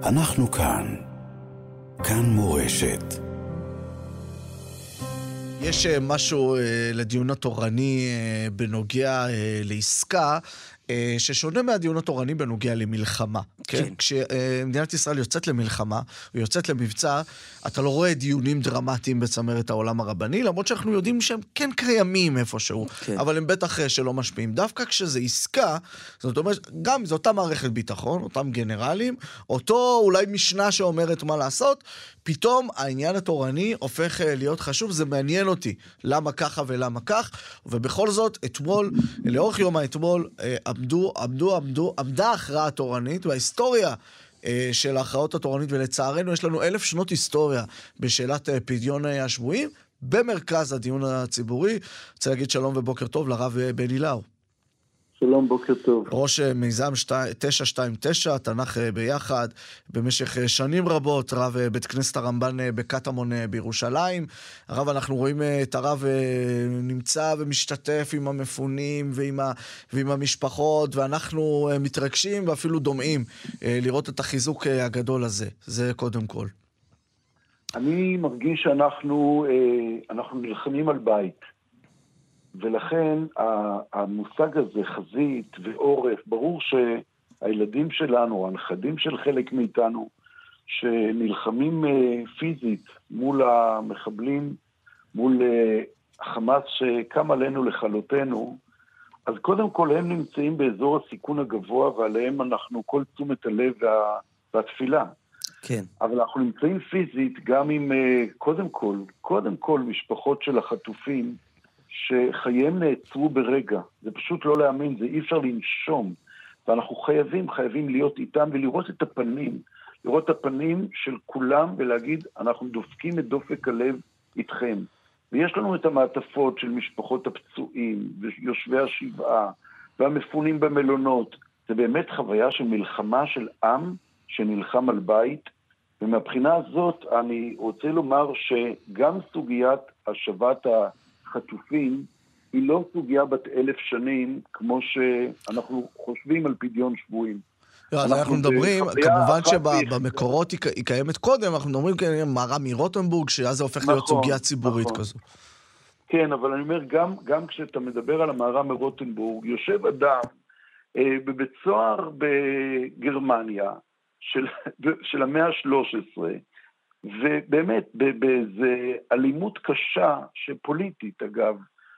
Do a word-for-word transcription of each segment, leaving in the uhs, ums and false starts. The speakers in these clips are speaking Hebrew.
אנחנו כאן. כאן מורשת. יש משהו לדיון התורני בנוגע לעסקה, ששונה מהדיון התורני בנוגע למלחמה. כן. כן? כשמדינת ישראל יוצאת למלחמה, או יוצאת למבצע, אתה לא רואה דיונים דרמטיים בצמרת העולם הרבני, למרות שאנחנו יודעים שהם כן קיימים איפשהו, כן. אבל הם בטח שלא משפיעים. דווקא כשזה עסקה, זאת אומרת, גם זו אותה מערכת ביטחון, אותם גנרלים, אותו אולי משנה שאומרת מה לעשות, פתאום העניין התורני הופך להיות חשוב, זה מעניין אותי, למה ככה ולמה כך, ובכל זאת, אתמול, לאורך יום האתמול, עמדו, עמדו, עמדו, עמדה ההכרעה התורנית, וההיסטוריה של ההכרעות התורנית, ולצערנו יש לנו אלף שנות היסטוריה בשאלת פדיון השבויים, במרכז הדיון הציבורי. רוצה להגיד שלום ובוקר טוב לרב בני לאו. שלום, בוקר טוב. ראש מיזם תשע שתיים תשע, תנ"ך ביחד, במשך שנים רבות, רב בית כנסת הרמב"ן בקטמון בירושלים. הרב, אנחנו רואים את הרב נמצא ומשתתף עם המפונים ועם, ה, ועם המשפחות, ואנחנו מתרגשים ואפילו דומעים לראות את החיזוק הגדול הזה. זה קודם כל. אני מרגיש שאנחנו אנחנו נלחמים על בית. ולכן המושג הזה, חזית ועורף, ברור שהילדים שלנו, הנכדים של חלק מאיתנו, שנלחמים פיזית מול המחבלים, מול החמאס שקם עלינו לכלותנו, אז קודם כל הם נמצאים באזור הסיכון הגבוה, ועליהם אנחנו כל תשומת הלב וה, והתפילה. כן. אבל אנחנו נמצאים פיזית גם עם, קודם כל, קודם כל משפחות של החטופים, שחייהם נעצרו ברגע. זה פשוט לא להאמין, זה אי אפשר לנשום. ואנחנו חייבים, חייבים להיות איתם ולראות את הפנים, לראות את הפנים של כולם ולהגיד, אנחנו דופקים את דופק הלב איתכם. ויש לנו את המעטפות של משפחות הפצועים, ויושבי השבעה, והמפונים במלונות. זה באמת חוויה של מלחמה של עם שנלחם על בית, ומהבחינה הזאת אני רוצה לומר שגם סוגיית השבת ה... חטופים, היא לא סוגיה בת אלף שנים, כמו שאנחנו חושבים על פדיון שבויים. לא, אנחנו, אנחנו מדברים, כמובן שבמקורות היא, היא קיימת קודם, אנחנו מדברים כאן מערה מרוטנבורג, שאז זה הופך נכון, להיות סוגיה ציבורית נכון. כזו. כן, אבל אני אומר, גם, גם כשאתה מדבר על המערה מרוטנבורג, יושב אדם אה, בבית סוהר בגרמניה, של, של המאה ה-שלוש עשרה, ובאמת, באיזו אלימות קשה, שפוליטית אגב,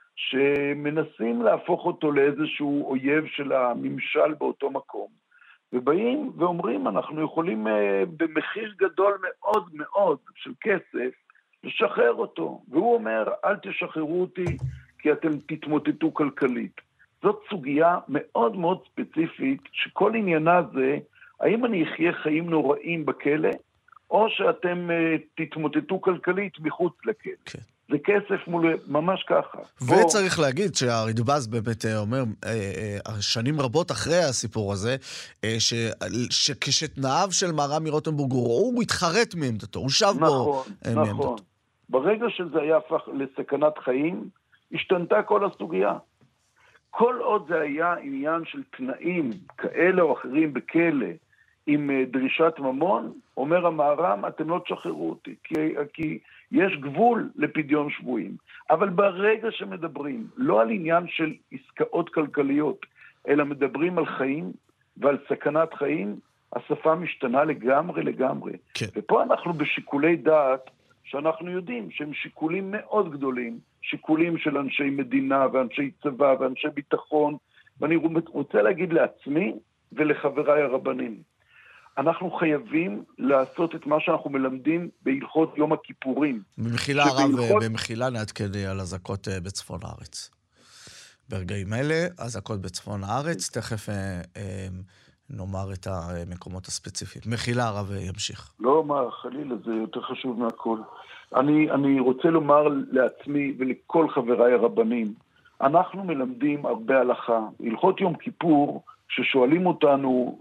שמנסים להפוך אותו לאיזשהו אויב של הממשל באותו מקום, ובאים ואומרים, אנחנו יכולים במחיר גדול מאוד מאוד של כסף, לשחרר אותו, והוא אומר, אל תשחררו אותי, כי אתם תתמוטטו כלכלית. זאת סוגיה מאוד מאוד ספציפית, שכל עניינה זה, האם אני אחיה חיים נוראים בכלא, או שאתם uh, תתמוטטו כלכלית מחוץ לכלא. כן. זה כסף מול, ממש ככה. וצריך או... להגיד שהרדב"ז באמת אומר, אה, אה, שנים רבות אחרי הסיפור הזה, אה, ש, שכשתנאיו של מערה מרוטנבורג הוא, הוא התחרט מעמדתו, הוא שב נכון, בו אה, נכון. מעמדתו. ברגע שזה היה הפך לסכנת חיים, השתנתה כל הסוגיה. כל עוד זה היה עניין של תנאים כאלה או אחרים בכלא, עם דרישת ממון, אומר המערם, אתם לא תשחררו אותי, כי, כי יש גבול לפדיון שבויים. אבל ברגע שמדברים, לא על עניין של עסקאות כלכליות, אלא מדברים על חיים ועל סכנת חיים, השפה משתנה לגמרי לגמרי. כן. ופה אנחנו בשיקולי דעת, שאנחנו יודעים שהם שיקולים מאוד גדולים, שיקולים של אנשי מדינה ואנשי צבא ואנשי ביטחון, ואני רוצה להגיד לעצמי ולחבריי הרבנים, אנחנו חייבים לעשות את מה שאנחנו מלמדים בהלכות יום הכיפורים. במחילה הרב, במחילה נעדכן על אזעקות בצפון הארץ. ברגעים אלה, אזעקות בצפון הארץ, תכף אה, אה, נאמר את המקומות הספציפיים. מחילה הרב ימשיך. לא, מה, חלילה, זה יותר חשוב מהכל. אני, אני רוצה לומר לעצמי ולכל חבריי הרבנים, אנחנו מלמדים הרבה הלכה. הלכות יום כיפור, ששואלים אותנו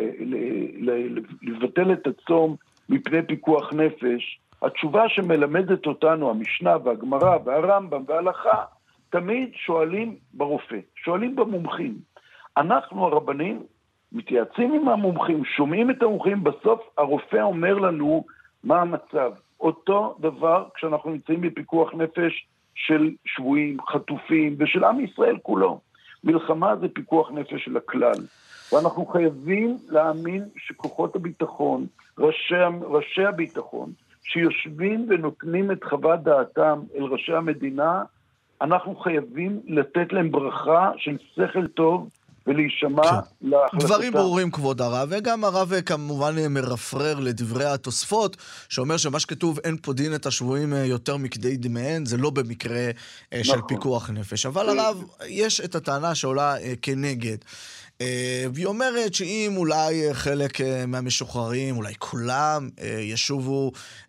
לבטל את הצום מפני פיקוח נפש, התשובה שמלמדת אותנו, המשנה והגמרא והרמב"ם וההלכה, תמיד שואלים ברופא, שואלים במומחים. אנחנו הרבנים מתייעצים עם המומחים, שומעים את המומחים, בסוף הרופא אומר לנו מה המצב. אותו דבר כשאנחנו נמצאים בפיקוח נפש של שבויים, חטופים, ושל עם ישראל כולו. מלחמה זה פיקוח נפש של הכלל. ואנחנו חייבים להאמין שכוחות הביטחון, ראשי, ראשי הביטחון, שיושבים ונותנים את חוות דעתם אל ראשי המדינה, אנחנו חייבים לתת להם ברכה של שכל טוב, ולהישמע להחלטתה. דברים ברורים כבוד הרב, וגם הרב כמובן מרפרר לדברי התוספות, שאומר שמה שכתוב אין פה דין את השבויים יותר מכדי דמיהן, זה לא במקרה של פיקוח נפש. אבל הרב, יש את הטענה שעולה כנגד. והיא אומרת שאם אולי חלק מהמשוחררים, אולי כולם ישובו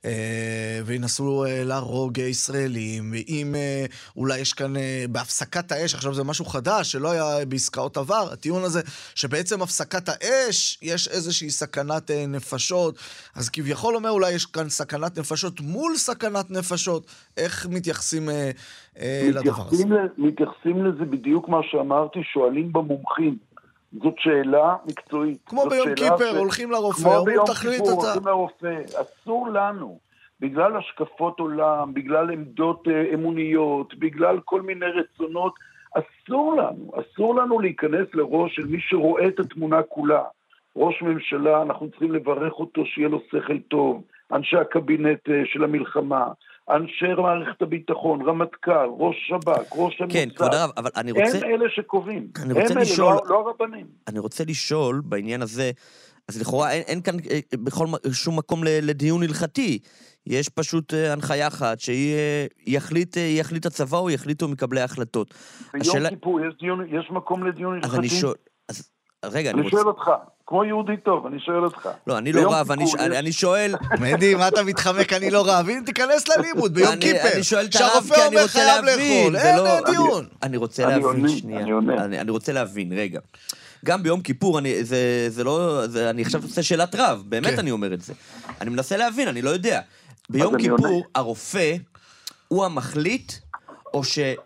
וינסו להרוג ישראלים, ואם אולי יש כאן בהפסקת האש, עכשיו זה משהו חדש שלא היה בעסקאות עבר, הטיעון הזה שבעצם הפסקת האש יש איזושהי סכנת נפשות, אז כביכול אומר אולי יש כאן סכנת נפשות מול סכנת נפשות, איך מתייחסים לדבר הזה? מתייחסים לזה בדיוק מה שאמרתי, שואלים במומחים. זאת שאלה מקצועית. כמו ביום כיפר, הולכים לרופא, הוא תחליט אותה. הולכים לרופא. אסור לנו, בגלל השקפות עולם, בגלל עמדות אמוניות, בגלל כל מיני רצונות, אסור לנו, אסור לנו להיכנס לראש של מי שרואה את התמונה כולה. ראש ממשלה, אנחנו צריכים לברך אותו שיהיה לו שכל טוב, אנשי הקבינט של המלחמה, אנשי מערכת הביטחון, רמטכ"ל, ראש שב"כ, ראש המוצא. כן, כבוד הרב, אבל אני רוצה... הם אלה שקובעים. אני רוצה הם לשאול... אלה, לא, לא הרבנים. אני רוצה לשאול בעניין הזה, אז לכאורה אין, אין כאן בכל שום מקום לדיון הלכתי. יש פשוט הנחיה אחת שהיא יחליט, יחליט הצבא או יחליטו מקבלי ההחלטות. ביום השאלה... כיפור יש, דיון, יש מקום לדיון הלכתי? אז אני שואל... אז... רגע, אני, אני שואל אותך, כמו יהודי טוב, אני שואל אותך. לא, אני לא רב, אני, אני, אני שואל... מדי, מה אתה מתחמק, אני לא רב? הנה, תיכנס ללימוד ביום כיפר. אני שואל את הרב כי אני רוצה להבין. אין דיון. אני רוצה להבין, שנייה. אני רוצה להבין, רגע. גם ביום כיפור, אני, זה, זה לא, זה, אני עכשיו עושה שאלת רב, באמת אני אומר את זה. אני מנסה להבין, אני לא יודע. ביום כיפור, הרופא הוא המחליט, או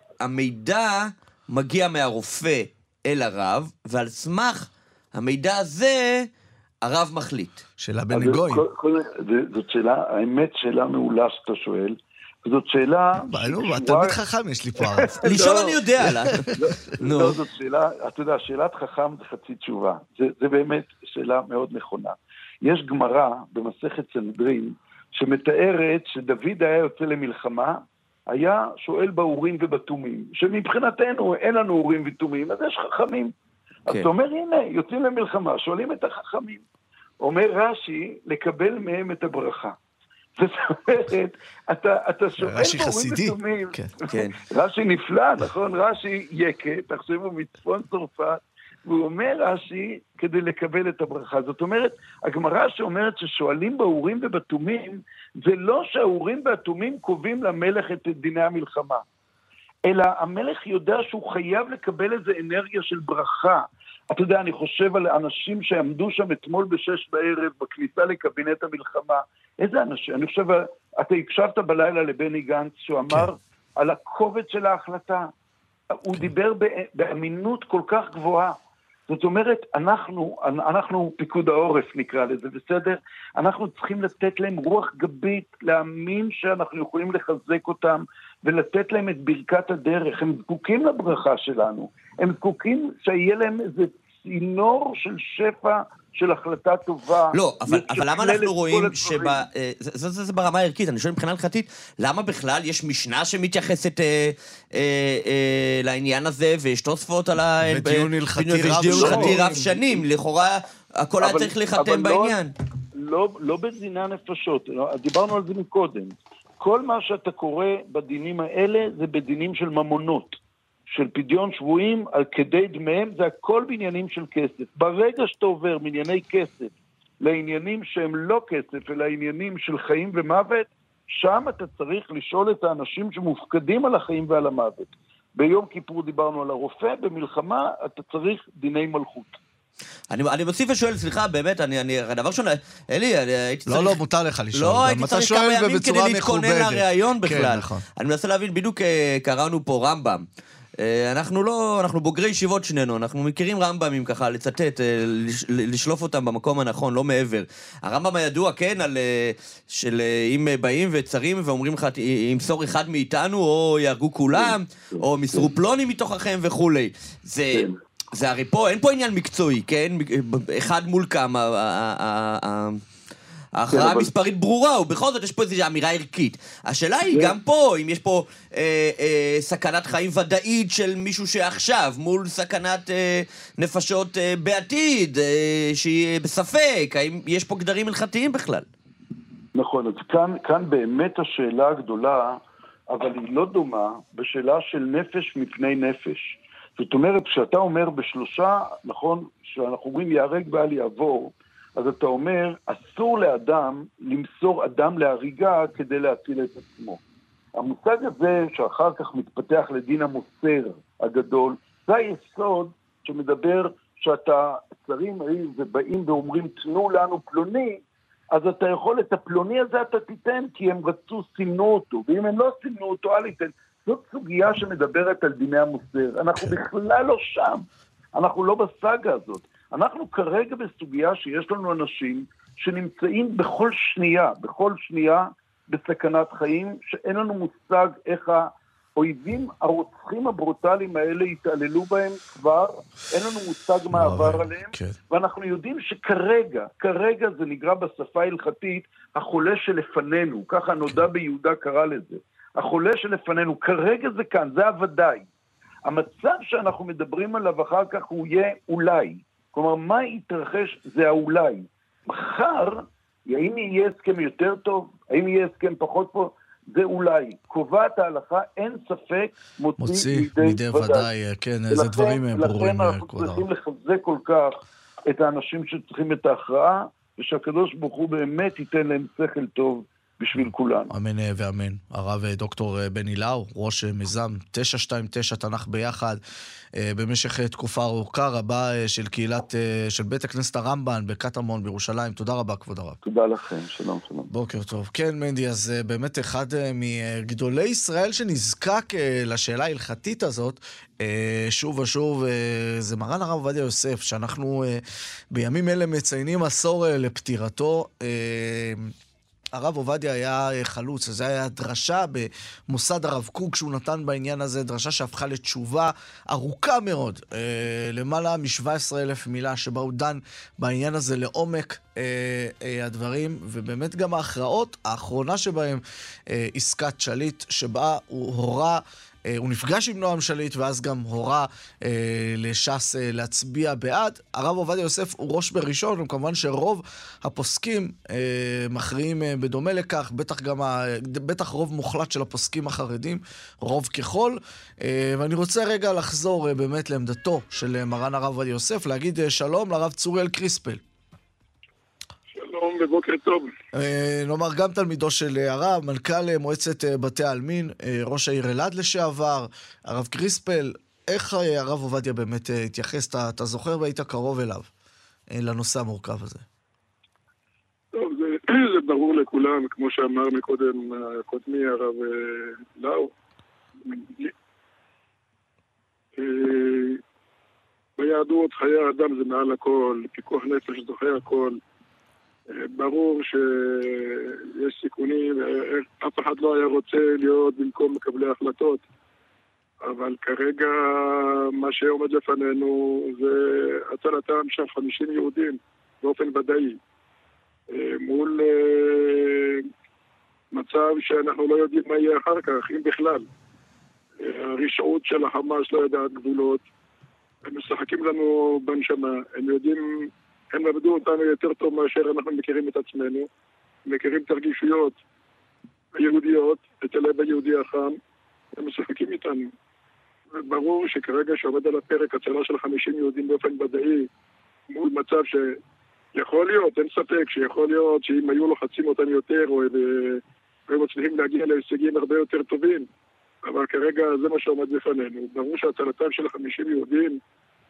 שהמידע מגיע מהרופא אל הרב, ועל סמך המידע הזה, הרב מחליט. שאלה בני גויים. זאת שאלה, האמת שאלה מעולה שאתה שואל, זאת שאלה... נו, אתה תמיד חכם יש לי פה הרב. לשאול אני יודע. לא, זאת שאלה, אתה יודע, שאלת חכם זה חצי תשובה. זה באמת שאלה מאוד נכונה. יש גמרא במסכת סנהדרין, שמתארת שדוד היה יוצא למלחמה, היה שואל באורים ובתומים, שמבחינתנו אין לנו אורים ותומים, אז יש חכמים. אז אתה אומר, הנה, יוצאים למלחמה, שואלים את החכמים. אומר רש"י, לקבל מהם את הברכה. זאת אומרת, אתה שואל באורים ותומים. רש"י נפלא, נכון? רש"י יקה, תחשבו מצפון צרפת, והוא אומר רש"י כדי לקבל את הברכה. זאת אומרת, הגמרא שאומרת ששואלים באורים ובתומים, זה לא שהאורים והתומים קובעים למלך את דיני המלחמה, אלא המלך יודע שהוא חייב לקבל איזו אנרגיה של ברכה. אתה יודע, אני חושב על אנשים שעמדו שם אתמול בשש בערב בכניסה לקבינט המלחמה. איזה אנשים? אני חושב, אתה הקשבת בלילה לבני גנץ שהוא אמר כן. על הכובד של ההחלטה. הוא כן. דיבר באמינות כל כך גבוהה. זאת אומרת, אנחנו, אנחנו פיקוד העורף נקרא לזה, בסדר? אנחנו צריכים לתת להם רוח גבית, להאמין שאנחנו יכולים לחזק אותם, ולתת להם את ברכת הדרך. הם זקוקים לברכה שלנו. הם זקוקים שיהיה להם איזה צינור של שפע, של החלטה טובה. לא, אבל, אבל למה אנחנו רואים שבה... זה, זה, זה, זה ברמה הערכית, אני שואל מבחינה הלכתית, למה בכלל יש משנה שמתייחסת אה, אה, אה, לעניין הזה, ויש תוספות על ה... ודיון הלכתי רב, רב שנים, לכאורה הכל היה צריך לחתם בעניין. לא, לא, לא בדיני הנפשות, דיברנו על זה מקודם. כל מה שאתה קורא בדינים האלה, זה בדינים של ממונות. של פדיון שבויים על כדי דמיהם, זה הכל בעניינים של כסף. ברגע שאתה עובר מענייני כסף לעניינים שהם לא כסף, אלא עניינים של חיים ומוות, שם אתה צריך לשאול את האנשים שמופקדים על החיים ועל המוות. ביום כיפור דיברנו על הרופא, במלחמה אתה צריך דיני מלכות. אני, אני מוסיף ושואל, סליחה, באמת, אני, אני, דבר שונה, אלי, אני הייתי צריך... לא, לא, מותר לך לשאול. לא, הייתי צריך כמה ימים כדי להתכונן לראיון בכלל. כן, נכון. אני מנסה להבין, בדיוק קראנו פה רמב"ם, אנחנו לא, אנחנו בוגרי ישיבות שנינו, אנחנו מכירים רמב"מים ככה, לצטט, לשלוף אותם במקום הנכון, לא מעבר. הרמב"ם הידוע, כן, על, של אם באים וצרים ואומרים לך, ימסור אחד מאיתנו, או יהרגו כולם, או מסרו פלוני מתוככם וכולי. זה, זה הרי פה, אין פה עניין מקצועי, כן? אחד מול כמה, ההכרעה המספרית ברורה, ובכל זאת יש פה איזושהי אמירה ערכית. השאלה היא גם פה, אם יש פה אה, אה, סכנת חיים ודאית של מישהו שעכשיו, מול סכנת אה, נפשות אה, בעתיד, אה, שהיא בספק, האם יש פה גדרים הלכתיים בכלל? נכון, אז כאן, כאן באמת השאלה הגדולה, אבל היא לא דומה בשאלה של נפש מפני נפש. זאת אומרת, כשאתה אומר בשלושה, נכון, שאנחנו אומרים יהרג ואל יעבור, אז אתה אומר, אסור לאדם למסור אדם להריגה כדי להציל את עצמו. המושג הזה שאחר כך מתפתח לדין המוסר הגדול, זה היסוד שמדבר שאתה צרים ובאים ואומרים תנו לנו פלוני, אז אתה יכול את הפלוני הזה אתה תיתן כי הם רצו, סימנו אותו, ואם הם לא סימנו אותו, אל תיתן. זאת סוגיה שמדברת על דיני המוסר. אנחנו בכלל לא שם. אנחנו לא בסאגה הזאת. אנחנו כרגע בסוגיה שיש לנו אנשים שנמצאים בכל שנייה, בכל שנייה בסכנת חיים, שאין לנו מושג איך האויבים, הרוצחים הברוטליים האלה התעללו בהם כבר, אין לנו מושג מה עבר עליהם, ואנחנו יודעים שכרגע, כרגע זה נגרע בשפה ההלכתית, החולה שלפנינו, ככה נודע ביהודה קרא לזה, החולה שלפנינו, כרגע זה כאן, זה הוודאי. המצב שאנחנו מדברים עליו אחר כך הוא יהיה אולי. כלומר, מה יתרחש זה האולי. מחר, האם יהיה הסכם יותר טוב? האם יהיה הסכם פחות פה? זה אולי. קובעת ההלכה, אין ספק, מוציא, מוציא מידי ודאי. כן, איזה דברים ברורים. לכן אנחנו צריכים לחזק כל כך את האנשים שצריכים את ההכרעה, ושהקדוש ברוך הוא באמת ייתן להם שכל טוב בשביל כולנו. אמן ואמן. הרב דוקטור בני לאו, ראש מיזם תשע שתיים תשע תנ"ך ביחד, במשך תקופה ארוכה רבה של קהילת, של בית הכנסת הרמב"ן בקטמון בירושלים. תודה רבה, כבוד הרב. תודה לכם, שלום שלום. בוקר טוב. כן, מנדי, אז באמת אחד מגדולי ישראל שנזקק לשאלה ההלכתית הזאת, שוב ושוב, זה מרן הרב עובדיה יוסף, שאנחנו בימים אלה מציינים עשור לפטירתו. הרב עובדיה היה חלוץ, זה היה דרשה במוסד הרב קוק שהוא נתן בעניין הזה, דרשה שהפכה לתשובה ארוכה מאוד, אה, למעלה מ-שבע עשרה אלף מילה שבה הוא דן בעניין הזה לעומק אה, אה, הדברים, ובאמת גם ההכרעות האחרונה שבהם, אה, עסקת שליט, שבה הוא הורה, הוא נפגש עם נועם שליט, ואז גם הורה אה, לש"ס אה, להצביע בעד. הרב עובדיה יוסף הוא ראש בראשון, וכמובן שרוב הפוסקים אה, מכריעים אה, בדומה לכך, בטח גם ה, בטח רוב מוחלט של הפוסקים החרדים, רוב ככל. אה, ואני רוצה רגע לחזור אה, באמת לעמדתו של אה, מרן הרב עובדיה יוסף, להגיד אה, שלום לרב צוריאל קריספל. שלום ובוקר טוב. נאמר גם תלמידו של הרב, מנכ"ל מועצת בתי העלמין, ראש העיר אלעד לשעבר, הרב קריספל, איך הרב עובדיה באמת התייחס, אתה, אתה זוכר והיית קרוב אליו, לנושא המורכב הזה? טוב, זה, זה ברור לכולם, כמו שאמר מקודם קודמי הרב לאו. ביהדות חיי האדם זה מעל הכל, פיקוח נפש זה חיי הכל. ברור שיש סיכונים, אף אחד לא היה רוצה להיות במקום מקבלי החלטות, אבל כרגע מה שעומד לפנינו זה הצלתם של חמישים יהודים באופן ודאי, מול מצב שאנחנו לא יודעים מה יהיה אחר כך, אם בכלל. הרשעות של החמאס לא יודעת גבולות, הם משחקים לנו בנשמה, הם יודעים... הם עבדו אותנו יותר טוב מאשר אנחנו מכירים את עצמנו, מכירים את הרגישויות היהודיות, את הלב היהודי החם, הם משחקים איתנו. וברור שכרגע שעובד על הפרק הצלה של חמישים יהודים באופן ודאי, מול מצב שיכול להיות, אין ספק, שיכול להיות שאם היו לוחצים אותם יותר, או הם מצליחים להגיע להישגים הרבה יותר טובים, אבל כרגע זה מה שעומד בפנינו. ברור שהצלתם של חמישים יהודים,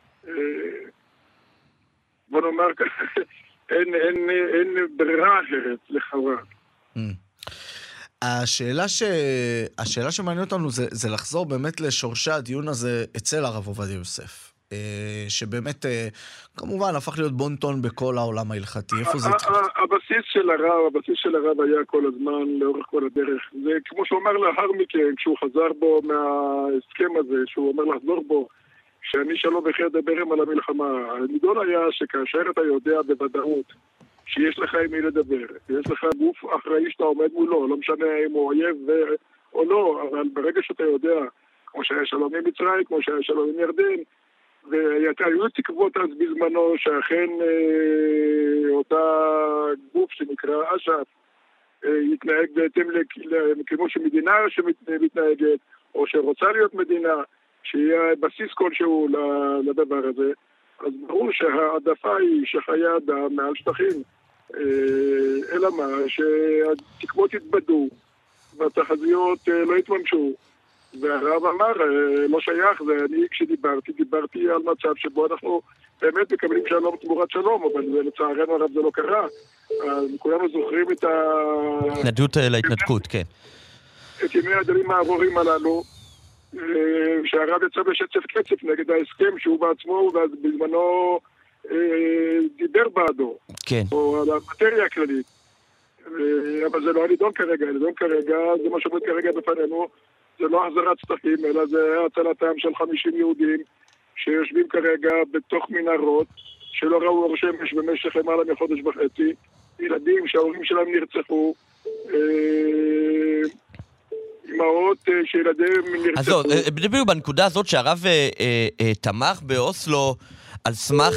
בוא נאמר, אין, אין, אין ברירה אחרת לחווה. השאלה, ש... השאלה שמעניין אותנו זה, זה לחזור באמת לשורשי הדיון הזה אצל הרב עובדיה יוסף. שבאמת, כמובן, הפך להיות בונטון בכל העולם ההלכתי. איפה זה התחיל? הבסיס של הרב, הבסיס של הרב היה כל הזמן, לאורך כל הדרך. זה כמו שהוא אומר לאחר מכן, כשהוא חזר בו מההסכם הזה, שהוא אומר לחזור בו, שאני שלום וחיר דברם על המלחמה. הנידון היה שכאשר אתה יודע בוודאות שיש לך עם מי לדבר, יש לך גוף אחראי שאתה עומד מולו, לא משנה אם הוא אויב או לא, אבל ברגע שאתה יודע, כמו שהיה שלום עם מצרים, כמו שהיה שלום עם ירדן, והיו תקוות אז בזמנו שאכן אה, אותה גוף שנקרא אש"ף אה, יתנהג בהתאם כמו שמדינה שמתנהגת, או שרוצה להיות מדינה, שיהיה בסיס כלשהו לדבר הזה. אז ברור שהעדפה היא שחיי אדם מעל שטחים. אה, אלא מה, שהתקוות יתבדו והתחזיות אה, לא יתממשו. והרב אמר, לא שייך, ואני כשדיברתי, דיברתי על מצב שבו אנחנו באמת מקבלים שלום תמורת שלום, אבל לצערנו הרב זה לא קרה. כולנו זוכרים את ה... התנגדות להתנתקות, כן. את ימי הדמים הארורים הללו, שהרב יצא בשצף קצף נגד ההסכם שהוא בעצמו, ואז בזמנו דיבר בעדו. כן. או על המטריה הכללית. אבל זה לא הנידון כרגע, הנידון כרגע, זה מה שעומד כרגע בפנינו, זה לא החזרת שטחים, אלא זה הצלתם של חמישים יהודים שיושבים כרגע בתוך מנהרות שלא ראו אור שמש במשך למעלה מחודש וחצי, ילדים שההורים שלהם נרצחו, אמהות שילדיהם נרצחו. אז לא, בדיוק בנקודה הזאת שהרב תמך באוסלו על סמך,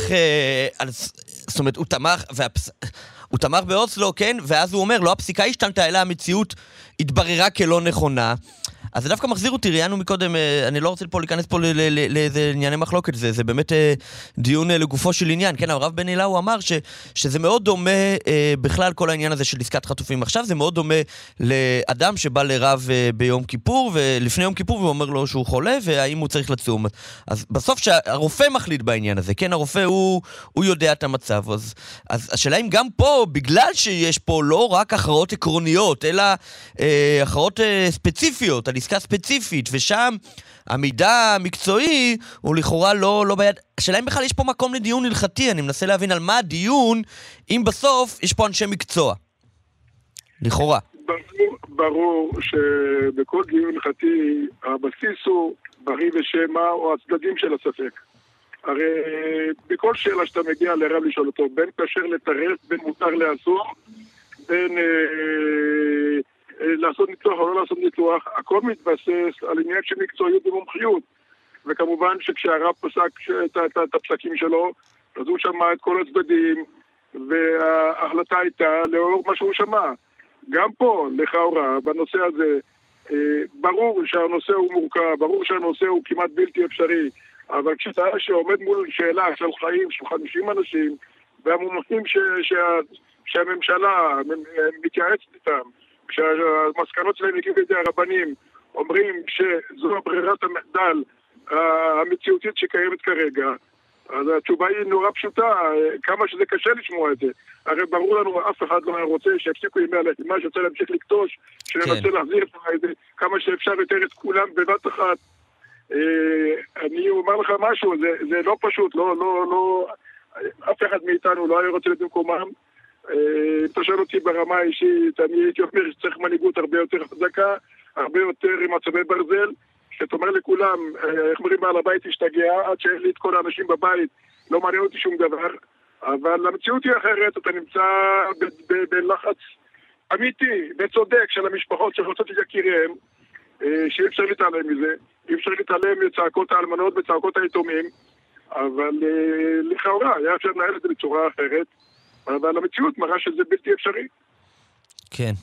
זאת אומרת, הוא תמך, הוא תמך באוסלו, כן, ואז הוא אומר, לא הפסיקה השתנתה, אלא המציאות התבררה כלא נכונה. אז זה דווקא מחזיר אותי, ראיינו מקודם, אני לא רוצה פה להיכנס פה לאיזה ענייני מחלוקת, זה, זה באמת דיון לגופו של עניין, כן, הרב בן אליהו אמר ש, שזה מאוד דומה בכלל כל העניין הזה של עסקת חטופים עכשיו, זה מאוד דומה לאדם שבא לרב ביום כיפור, ולפני יום כיפור הוא אומר לו שהוא חולה, והאם הוא צריך לצום. אז בסוף שהרופא מחליט בעניין הזה, כן, הרופא הוא, הוא יודע את המצב, אז, אז השאלה אם גם פה, בגלל שיש פה לא רק הכרעות עקרוניות, אלא אה, הכרעות אה, ספציפיות, על עסקה ספציפית, ושם המידע המקצועי הוא לכאורה לא, לא ביד. השאלה אם בכלל יש פה מקום לדיון הלכתי, אני מנסה להבין על מה הדיון, אם בסוף יש פה אנשי מקצוע. לכאורה. ברור, ברור שבכל דיון הלכתי הבסיס הוא בריא ושמה או הצדדים של הספק. הרי בכל שאלה שאתה מגיע לרב לשאול אותו, בין קשר לטרף, בין מותר לאסור, בין אה, לעשות ניתוח או לא לעשות ניתוח, הכל מתבסס על עניין של מקצועיות ומומחיות. וכמובן שכשהרב פסק את, את, את הפסקים שלו, אז הוא שמע את כל הצדדים, וההחלטה הייתה לאור מה שהוא שמע. גם פה, לכאורה, בנושא הזה, ברור שהנושא הוא מורכב, ברור שהנושא הוא כמעט בלתי אפשרי, אבל כשאתה שעומד מול שאלה של חיים של חמישים אנשים, והמומחים ש, שה, שהממשלה מתייעצת איתם, כשהמסקנות שלהם הגיעו לידי הרבנים, אומרים שזו ברירת המחדל המציאותית שקיימת כרגע, אז התשובה היא נורא פשוטה, כמה שזה קשה לשמוע את זה. הרי ברור לנו, אף אחד לא רוצה שיפסיקו ימי הלחימה, שרוצה להמשיך לקטוש, שננסה להחזיר את זה כמה שאפשר יותר את כולם בבת אחת. אני אומר לך משהו, זה, זה לא פשוט, לא, לא, לא, אף אחד מאיתנו לא היה רוצה להיות במקומם. אתה שואל אותי ברמה האישית, אני הייתי אומר שצריך מנהיגות הרבה יותר חזקה, הרבה יותר עם עצבי ברזל, שאתה אומר לכולם, איך אומרים בעל הבית השתגע, עד שאין לי את כל האנשים בבית, לא מעניין אותי שום דבר, אבל המציאות היא אחרת, אתה נמצא בלחץ אמיתי וצודק של המשפחות שרוצות את יקיריהם, שאי אפשר להתעלם מזה, אי אפשר להתעלם מצעקות האלמנות וצעקות היתומים, אבל לכאורה היה אפשר לנהל את זה בצורה אחרת, אבל המציאות מראה שזה בלתי אפשרי. כן.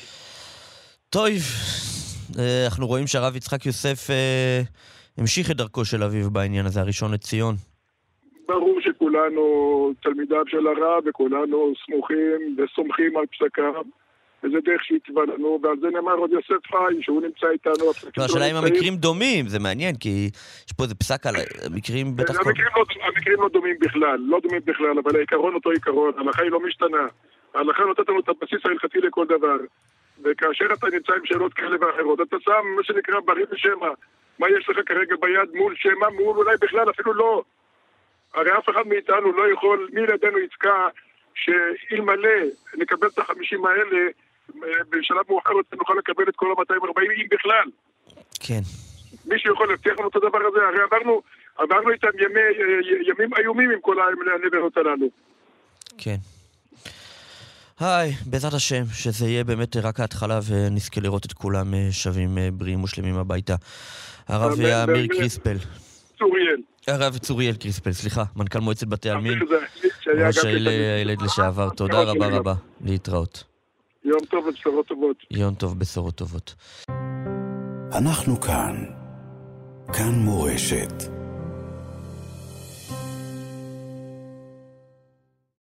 טוב, אנחנו רואים שהרב יצחק יוסף אה, המשיך את דרכו של אביו בעניין הזה, הראשון לציון. ברור שכולנו תלמידיו של הרב, וכולנו סמוכים וסומכים על פסקיו, וזה דרך שהתווה לנו, ועל זה נאמר עוד יוסף חי, שהוא נמצא איתנו. לא, השאלה אם המקרים דומים, זה מעניין, כי יש פה איזה פסק על המקרים בטח... המקרים לא, המקרים לא דומים בכלל, לא דומים בכלל, אבל העיקרון אותו עיקרון, ההלכה היא לא משתנה. ההלכה נותנת לנו את הבסיס ההלכתי לכל דבר. וכאשר אתה נמצא עם שאלות כאלה ואחרות, אתה שם מה שנקרא בריא ושמע. מה יש לך כרגע ביד מול שמע, מול אולי בכלל אפילו לא. הרי אף אחד מאיתנו לא יכול, מי לידינו יצקע, שאלמלא נקבל את החמישים האלה, בשלב מאוחר נוכל לקבל את כל ה-מאתיים וארבעים, אם בכלל. כן. מישהו יכול להבטיח לנו את הדבר הזה, הרי עברנו, עברנו איתם ימי, ימים איומים עם כל הנבלות הללו. כן. היי, בעזרת השם, שזה יהיה באמת רק ההתחלה ונזכה לראות את כולם שווים בריאים ושלמים הביתה. הרב אמיר קריספל. צוריאל. הרב צוריאל קריספל, סליחה, מנכ"ל מועצת בתי עלמין. ראש הילד לשעבר, תודה רבה רבה. להתראות. יום טוב ובשורות טובות. יום טוב, בשורות טובות. אנחנו כאן. כאן מורשת.